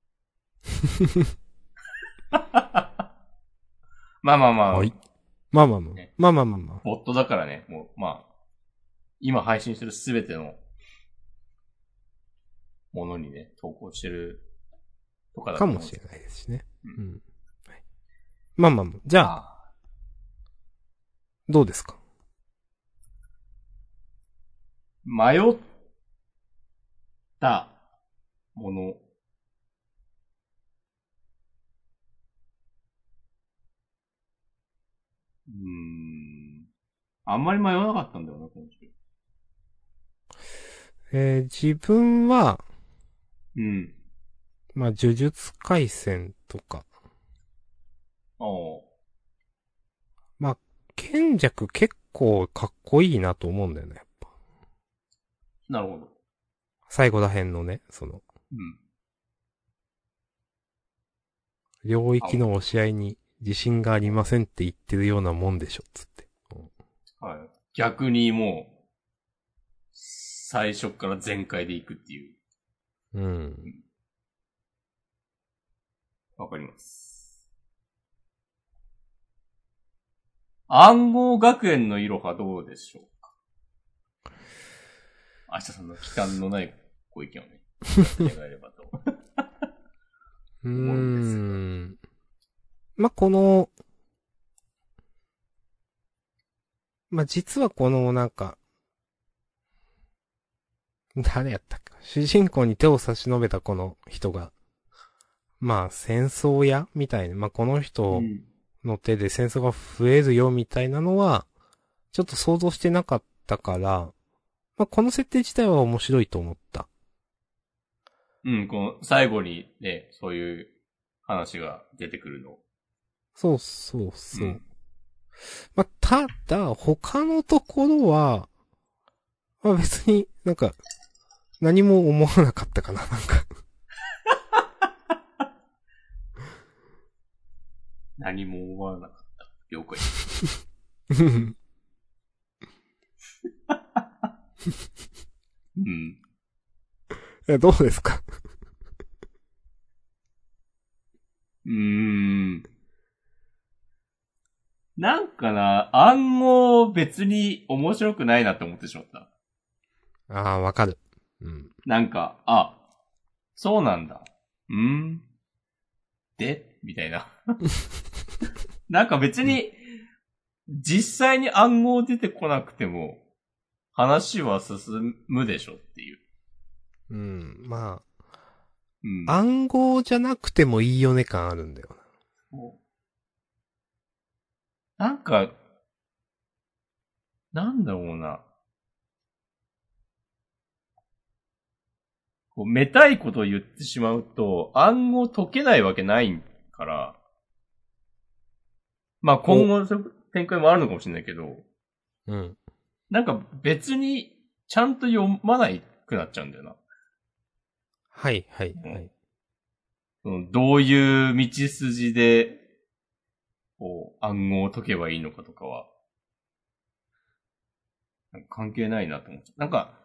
まあまあまあ、 はい。まあまあまあ。 ね。 まあまあまあまボットだからね、もう、まあ、今配信してるすべてのものにね、投稿してるとかあ。 だかもしれと思うんですけど。 ないですしね。 うん。 うん。はい、まあまあまあ。じゃあ、 ああ。 どうですか？ 迷ったもの。 あんまり迷わなかったんだよな、今週。 自分は、 うん。 まあ、呪術廻戦とか、 おう。 まあ、賢者結構かっこいいなと思うんだよね、やっぱ。 なるほど。 最後ら辺のね、 うん。 領あ、 域の押し合いに自信がありませんって言ってるようなもんでしょ、つって。 はい。逆にもう、最初から全開で行くっていう。 うん。 わかります。暗号学園のいろはどうでしょうか。明日さんの忌憚のないご意見をね、願えればと思うんですが。 まあ、まあ、実はなんか、誰やったっけ主人公に手を差し伸べたこの人が、まあ、戦争屋みたいな、まあ、この人うん。 の手で戦争が増えるよみたいなのは、ちょっと想像してなかったから、まあ、この設定自体は面白いと思った。 うん、この最後にね、そういう話が出てくるの。 そうそうそう。 うん。 まあ、ただ、他のところは、まあ別になんか、何も思わなかったかな、なんか。 何も思わなかった。了解。うん。 どうですか？ うーん。なんかな、暗号別に面白くないなって思ってしまった。 ああ、わかる。うん。 なんか、あ、そうなんだ。でみたいな。なんか別うん。 に、実際に暗号出てこなくても、話は進むでしょっていう。 うん。まあ、 うん。 暗号じゃなくてもいいよね感あるんだよなんか、なんだろうな。こう、めたいことを言ってしまうと、暗号解けないわけないから、まあな。お。 今後そういう展開もあるのかもしれないけど、 うん。 なんか別にちゃんと読まないくなっちゃうんだよな。 はい、はい、 うん、 はい。 そのどういう道筋で、こう、暗号を解けばいいのかとかは、なんか関係ないなと思っちゃう。なんか、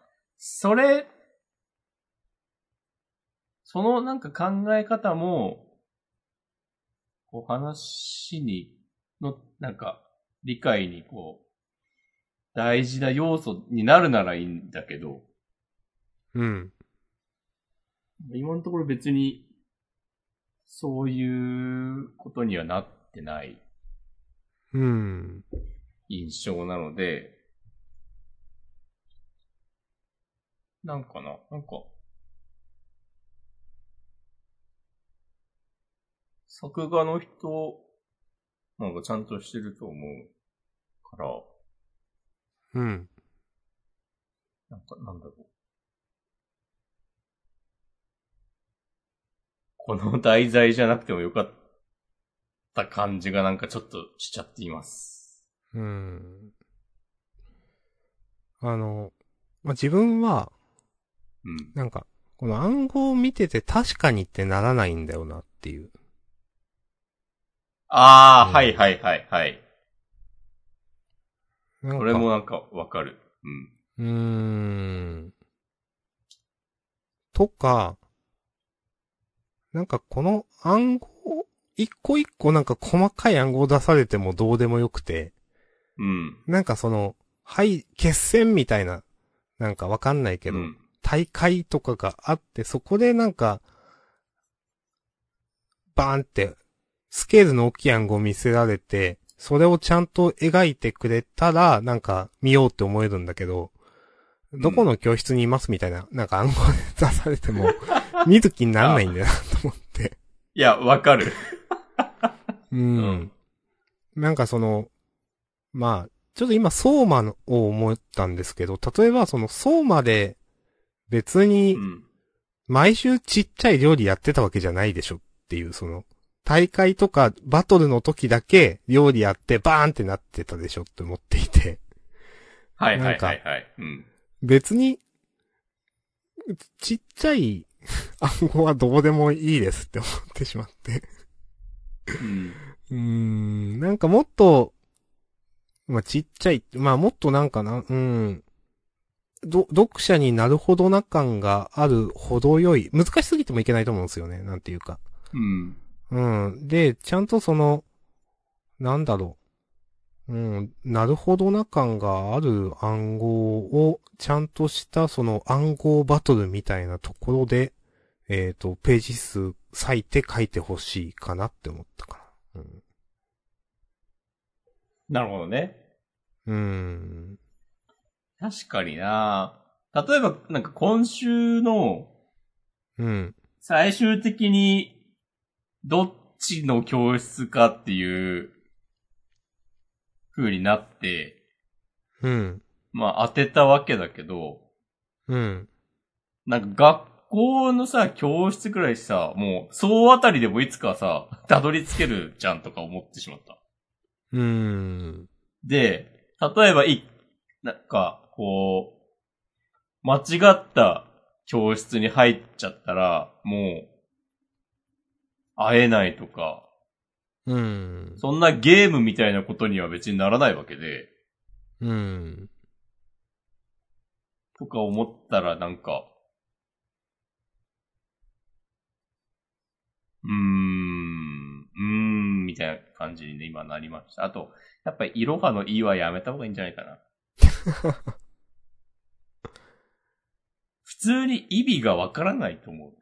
そのなんか考え方も、こう話なんか、理解にこう、大事な要素になるならいいんだけど、 うん。 今のところ別に、そういうことにはなってないうん。 印象なので、なんかな、なんか、作画の人、なんかちゃんとしてると思うから、 うん。 なんかなんだろう。この題材じゃなくてもよかった感じがなんかちょっとしちゃっています。 うん。まあ、自分は、 うん。 なんか、この暗号を見てて確かにってならないんだよなっていう。 ああ、はいうん。 はいはいはい。それなんか、 もなんかわかる。 うーん。とか、なんかこの暗号、一個一個なんか細かい暗号出されてもどうでもよくて、 うん。 なんかはい、決戦みたいな、なんかわかんないけど、 うん。 大会とかがあって、そこでなんか、バーンって、スケールの大きい暗号を見せられて、それをちゃんと描いてくれたら、なんか見ようって思えるんだけど、どこうん。 の教室にいますみたいな、なんか暗号で出されても、見る気にならないんだよなと思って。 いや、わかる。 ううん。 ん。なんかまあ、 ちょっと今、相馬を思ったんですけど、例えばその相馬で別にうん。 毎週ちっちゃい料理やってたわけじゃないでしょっていう、その、大会とかバトルの時だけ料理やってバーンってなってたでしょって思っていて。 はいはいはなんか、 いはい。うん。 別に、ちっちゃい暗号はどうでもいいですって思ってしまってうん。 なんかもっと、まあ、ちっちゃい、まあもっとなんかな、読者になるほどな感がある程よい、難しすぎてもいけないと思うんですよね、なんていうか。 うん。 で、ちゃんとその、なんだろう。なるほどな感がある暗号を、ちゃんとしたその暗号バトルみたいなところで、ページ数割いて書いてほしいかなって思ったかな。 なるほどね。 うん。 確かにな。例えば、なんか今週のうん。 最終的にどっちの教室かっていう風になって、 うん。 まあ当てたわけだけど、 うん。 なんか学校のさ、教室くらいさ、もう総当たりでもいつかさ、たどり着けるじゃんとか思ってしまった。で、例えばなんか、こう、間違った教室に入っちゃったら、もう、会えないとか、 うん。 そんなゲームみたいなことには別にならないわけで、 うん。 とか思ったらなんか、みたいな感じにね、今なりました。あと、やっぱり、いろはのいはやめた方がいいんじゃないかな。普通に意味がわからないと思う。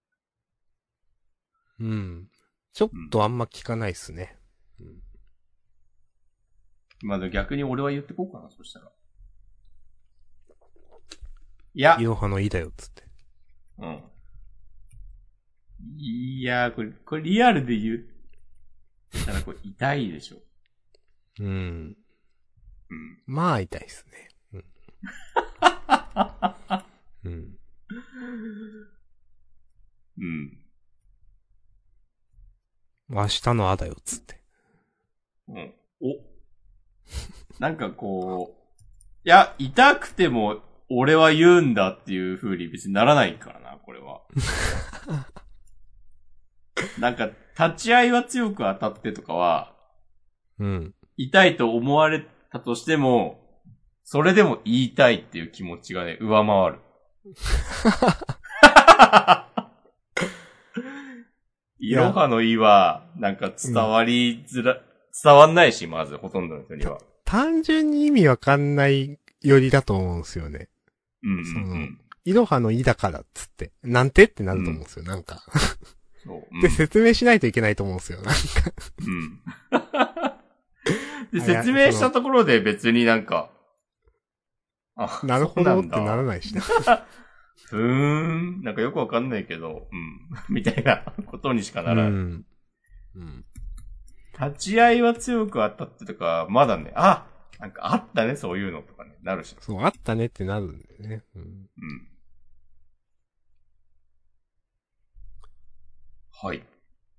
うん。ちょっうん。 とあんま聞かないっすね。うん。 まあ、逆に俺は言ってこうかな、そしたら。いや、 いろはのいだよ、つって。 うん。いやこれリアルで言ったらこれ痛いでしょ。 うん。 うん。 まあ、痛いっすね。うん。 うん。 明日のあだよ、つって。 うん。なんかこう、いや、痛くても俺は言うんだっていう風に別にならないからな、これは。なんか、立ち合いは強く当たってとかは、 うん。 痛いと思われたとしても、それでも言いたいっていう気持ちがね、上回る。 いや、 いろはの意は、なんかうん。 伝わんないし、まず、ほとんどの人には。 単純に意味わかんないよりだと思うんですよね。 うんうその、 んいろはのいだからっつって。なんてってなうん。うん。 ると思うんですよ、なんか。 そう、うで、 ん。 説明しないといけないと思うんですよ。なんかうん。で、 あ、いや、 説明したところで別になんか、あ、 なるそうほどってならなんだ。 ないしな。 なんかよくわかんないけど、みたいなことにしかうならん。 ん。うん。 立ち合いは強く当たってとか、まだね、なんかあったね、そういうのとかね、なるし。 そう、あったねってなるんだよね。うん。 うん。はい。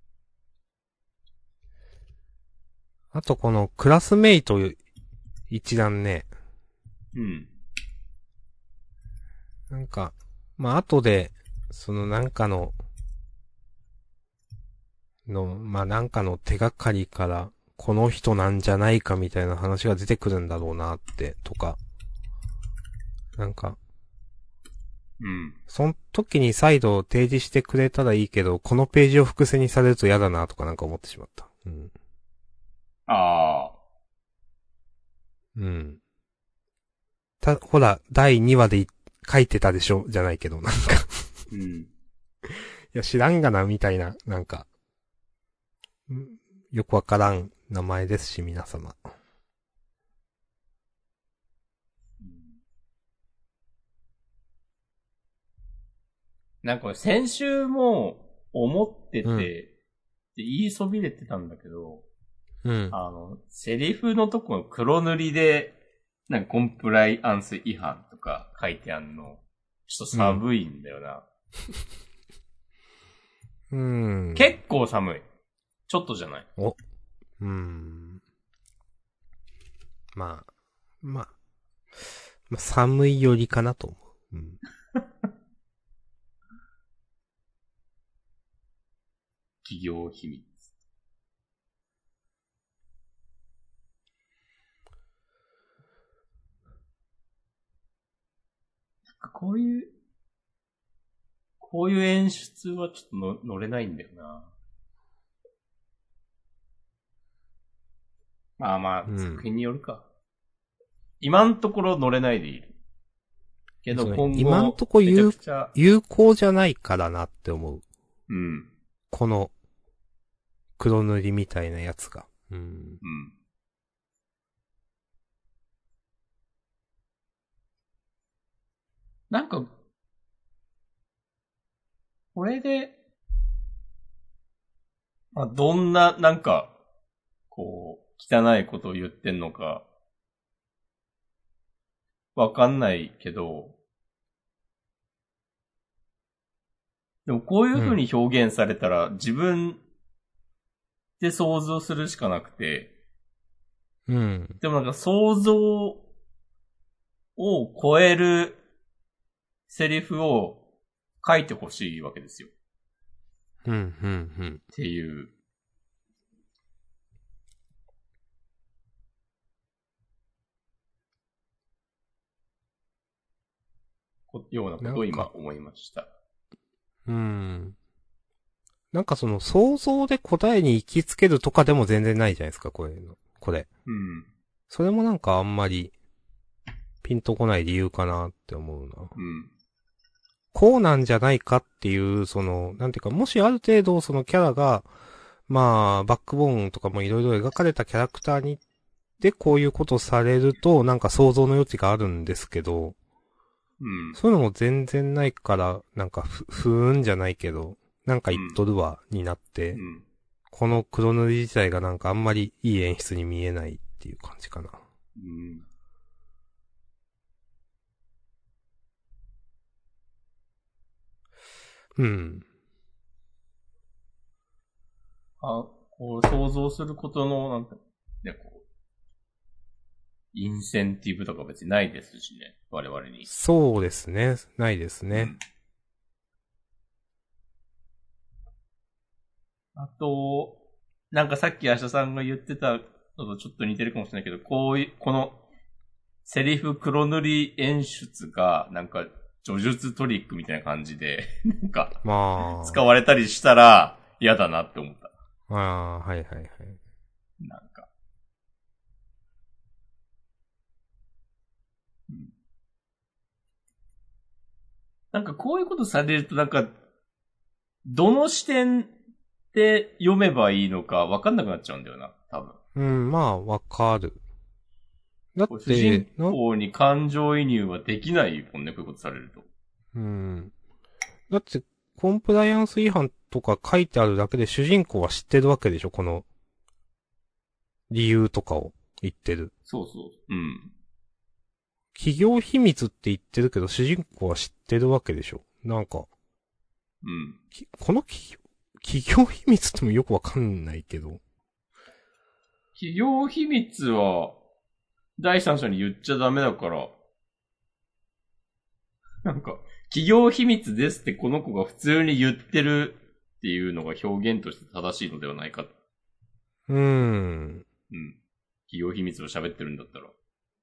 あとこのクラスメイト一覧ね。 うん。 なんか、まあ、後で、そのなんかまあ、なんかの手がかりから、この人なんじゃないかみたいな話が出てくるんだろうなって、とか、なんか、 うん。 その時に再度提示してくれたらいいけど、このページを複製にされると嫌だなとかなんか思ってしまった。うん。 ああ。 うん。ほら、第2話で書いてたでしょじゃないけど、なんかうん。 いや、知らんがな、みたいな、なんか、よくわからん名前ですし、皆様。 なんか先週も思ってうん。 て、って言いそびれてたんだけど、 うん。 セリフのとこの黒塗りで、なんかコンプライアンス違反とか書いてあんの、ちょっと寒いんだよな。結構寒い。ちょっとじゃない。 まあ、まあ、まあ、寒いよりかなと思う。うん。 企業秘密。なんかこういう演出はちょっと乗れないんだよな。まあまあ、作品によるか。今んところ乗れないでいる。けど今後、 今んとこめちゃくちゃ、 有効じゃないからなって思う。 うん。 この、黒塗りみたいなやつが。 うん。なんか、これで、まあ、どんな、なんか、こう、汚いことを言ってんのか、わかんないけど、でもこういう風に表現されたら、自分で想像するしかなくて、 うん。 でもなんか想像を超えるセリフを書いてほしいわけですよ。っていう。ようなことを今思いました。 なんかその想像で答えに行きつけるとかでも全然ないじゃないですか、これ。 うん。 それもなんかあんまりピンとこない理由かなって思うな。 うん。 こうなんじゃないかっていう、その、なんていうか、もしある程度そのキャラが、まあ、バックボーンとかもいろいろ描かれたキャラクターに、でこういうことされると、なんか想像の余地があるんですけど、 うん。 そういうのも全然ないから、なんか不運じゃないけど、なんか言っとるわ、になって、 うん。 この黒塗り自体がなんかあんまりいい演出に見えないっていう感じかな。 うん。 うん。 こう想像することの、なんか、ね、こう、インセンティブとか別にないですしね、我々に。 そうですね。ないですね。 うん。あと、なんかさっき明日さんが言ってたのとちょっと似てるかもしれないけど、このセリフ黒塗り演出が、なんか、叙述トリックみたいな感じで、なんか、使われたりしたら嫌だなって思った。 はいはいはい。 なんか。うん、なんかこういうことされるとなんか、どの視点で読めばいいのか分かんなくなっちゃうんだよな、多分。 まあ、わかる。だっ主人て、 公に感情移入はできないもんね、こういうことされると。 だって、コンプライアンス違反とか書いてあるだけで主人公は知ってるわけでしょ、この理由とかを言ってる。 そうそう。うん。 企業秘密って言ってるけど、主人公は知ってるわけでしょ。なんか、 うん。 この企業秘密ってもよくわかんないけど。 企業秘密は、第三者に言っちゃダメだから、なんか、企業秘密ですってこの子が普通に言ってるっていうのが表現として正しいのではないか。うん。企業秘密を喋ってるんだったら。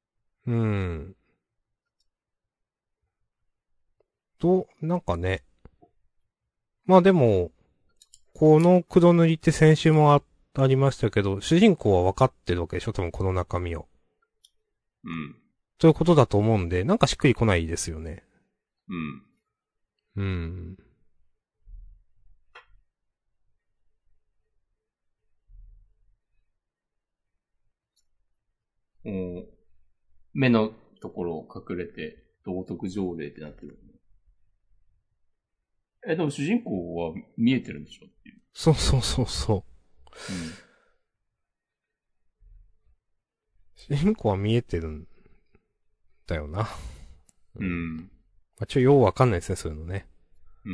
なんかね。まあでも、この黒塗りって先週もありましたけど、主人公は分かってるわけでしょ、多分この中身を。 うん。 ということだと思うんで、なんかしっくりこないですよね。 うん。 うん。 目のところを隠れて、道徳条例ってなってる。でも主人公は見えてるんでしょっていう。 そうそうそうそう。 主人公は見えてるんだよな。 うん。 まあ、ようわかんないですね、そういうのね。 うん。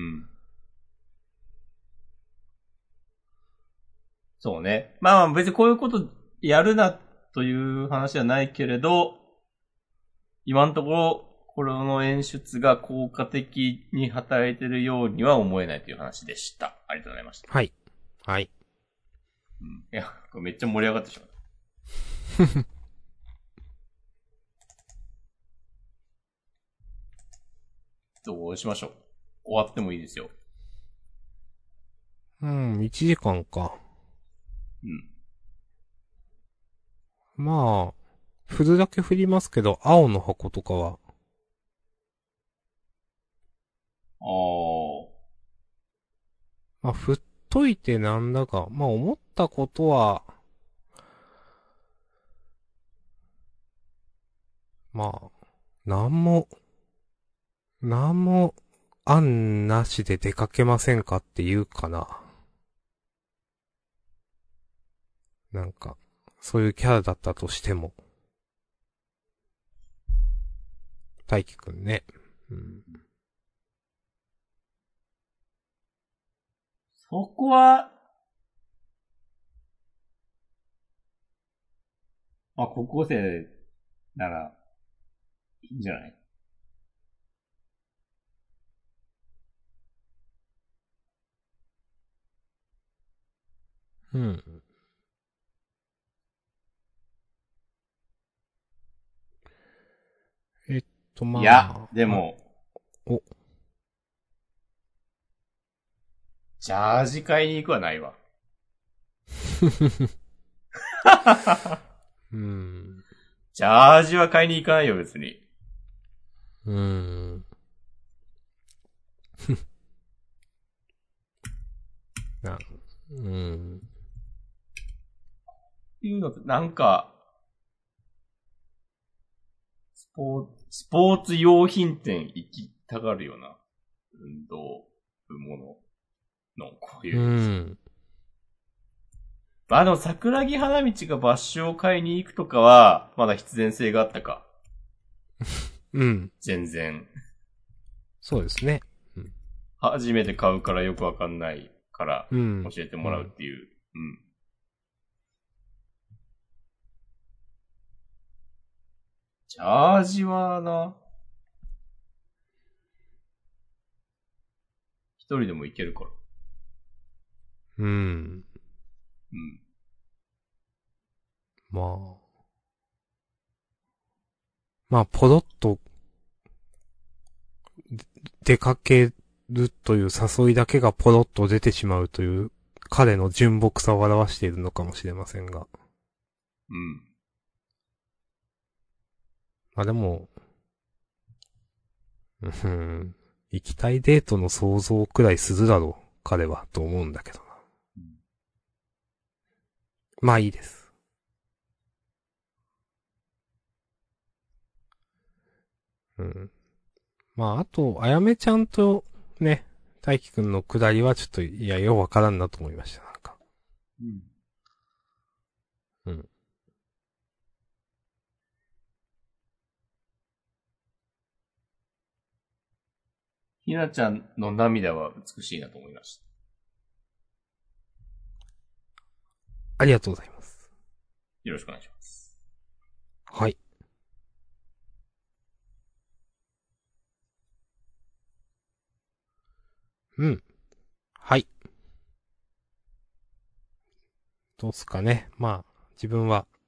そうね。まあ別にこういうことやるなという話じゃないけれど、今のところ、これの演出が効果的に働いているようには思えないという話でした。ありがとうございました。 はい。はい。 うん、いや、これめっちゃ盛り上がってしまった。どうしましょう。終わってもいいですよ。 1時間か。 うん。 まあ、振るだけ振りますけど、青の箱とかは。 あー。 まあ、振っといてなんだか。まあ、思ったことは、まあ、なんも、案なしで出かけませんかって言うかな。なんか、そういうキャラだったとしても。大輝くんね。うん。 そこは、まあ高校生なら、いいんじゃない？ うん。 いや、 まあ、 でも、 お、 ジャージ買いに行くはないわ。 うん。 ジャージは買いに行かないよ、別に。 うん。な、うん。 っていうのと、なんか、スポーツ用品店行きたがるような、運動部ものの、こうういう。 ん。 でも桜木花道がバッシュを買いに行くとかは、まだ必然性があったか。 うん。 全然。 そうですね。 初めて買うからよくわかんないからうん。 教えてもらうっていう。うん。ジャージはな、一人でも行けるから。 うん。 うん。 まあ。まあ、ポロッと出かけるという誘いだけがポロッと出てしまうという彼の純朴さを表しているのかもしれませんが。 うん。 まあでも、行きたいデートの想像くらいするだろう、彼は、と思うんだけどな。まあいいです。うん。まああと、あやめちゃんと、ね、大輝くんのくだりはちょっと、いや、ようわからんなと思いました、なんか。 うん。 うん。 ひなちゃんの涙は美しいなと思いました。 ありがとうございます。 よろしくお願いします。 はい。うん。はい。どうすかね。まあ、自分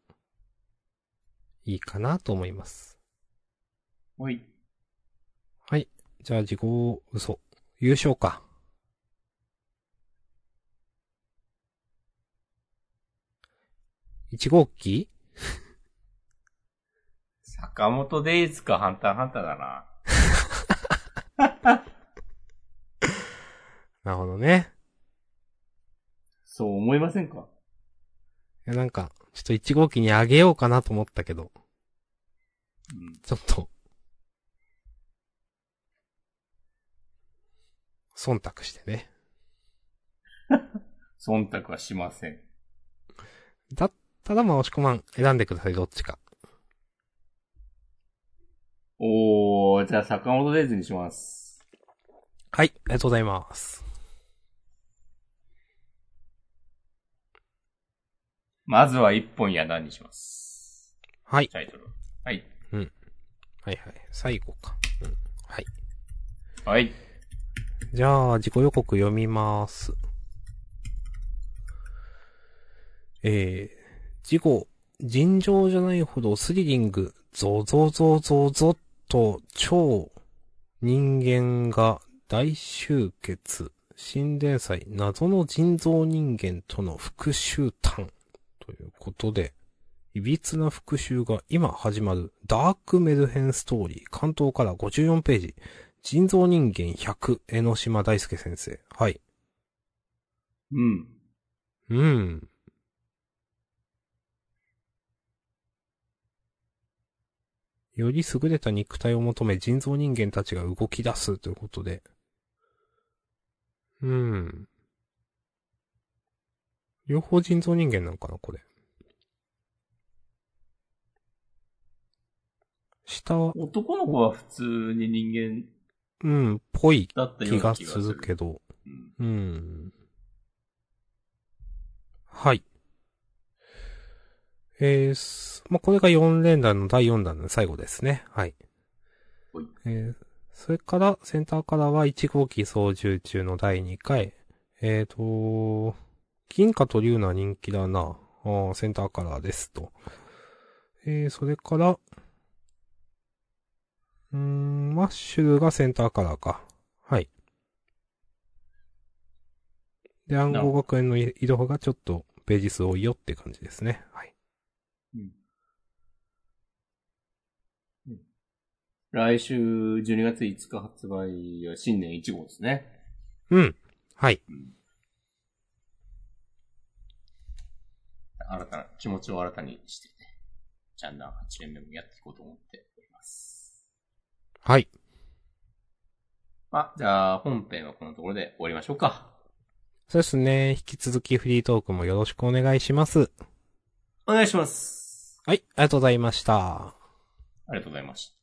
はいいかなと思います。 はい。 はい。じゃあ、自己嘘。優勝か。1号機坂本デイズかハンターハンターだな。 なるほどね。 そう思いませんか？ いや、なんか、ちょっと1号機にあげようかなと思ったけど、 うん。 ちょっと、忖度してね。 忖度はしません。 だったら、まあ、押し込まん選んでください、どっちか。 おー、じゃあ坂本デイズにします。 はい、ありがとうございます。 まずは一本やなにします。 はい。 タイトル。はい。 うん。はいはい。最後か。うん。はい。 はい。 じゃあ、自己予告読みます。事後、尋常じゃないほどスリリング、ゾゾゾゾゾと超人間が大集結、新連載、謎の人造人間との復讐譚ということで、歪な復讐が今始まるダークメルヘンストーリー、関東から54ページ、人造人間100、江ノ島大輔先生。はい。 うん。 うん。より優れた肉体を求め人造人間たちが動き出すということで。両方人造人間なのかな、これ。下は、 男の子は普通に人ぽい間だったような気がす気がする。 るけど。 うん。 はい。まあ、これが4連弾の第4弾の最後ですね。はい。 ほい。 それから、センターからは1号機操縦中の第2回。銀河と竜のは人気だな。センターカラーですと。それから、マッシュルがセンターカラーか。はい。で、暗号学園の色がちょっとページ数多いよって感じですね。はい。 来週12月5日発売は新年1号ですね。 うん。はい。 新たな、気持ちを新たにしてね。ジャンダン8年目もやっていこうと思っております。 はい。 じゃあ本編はこのところで終わりましょうか。 そうですね。引き続きフリートークもよろしくお願いします。 お願いします。 はい、ありがとうございました。 ありがとうございました。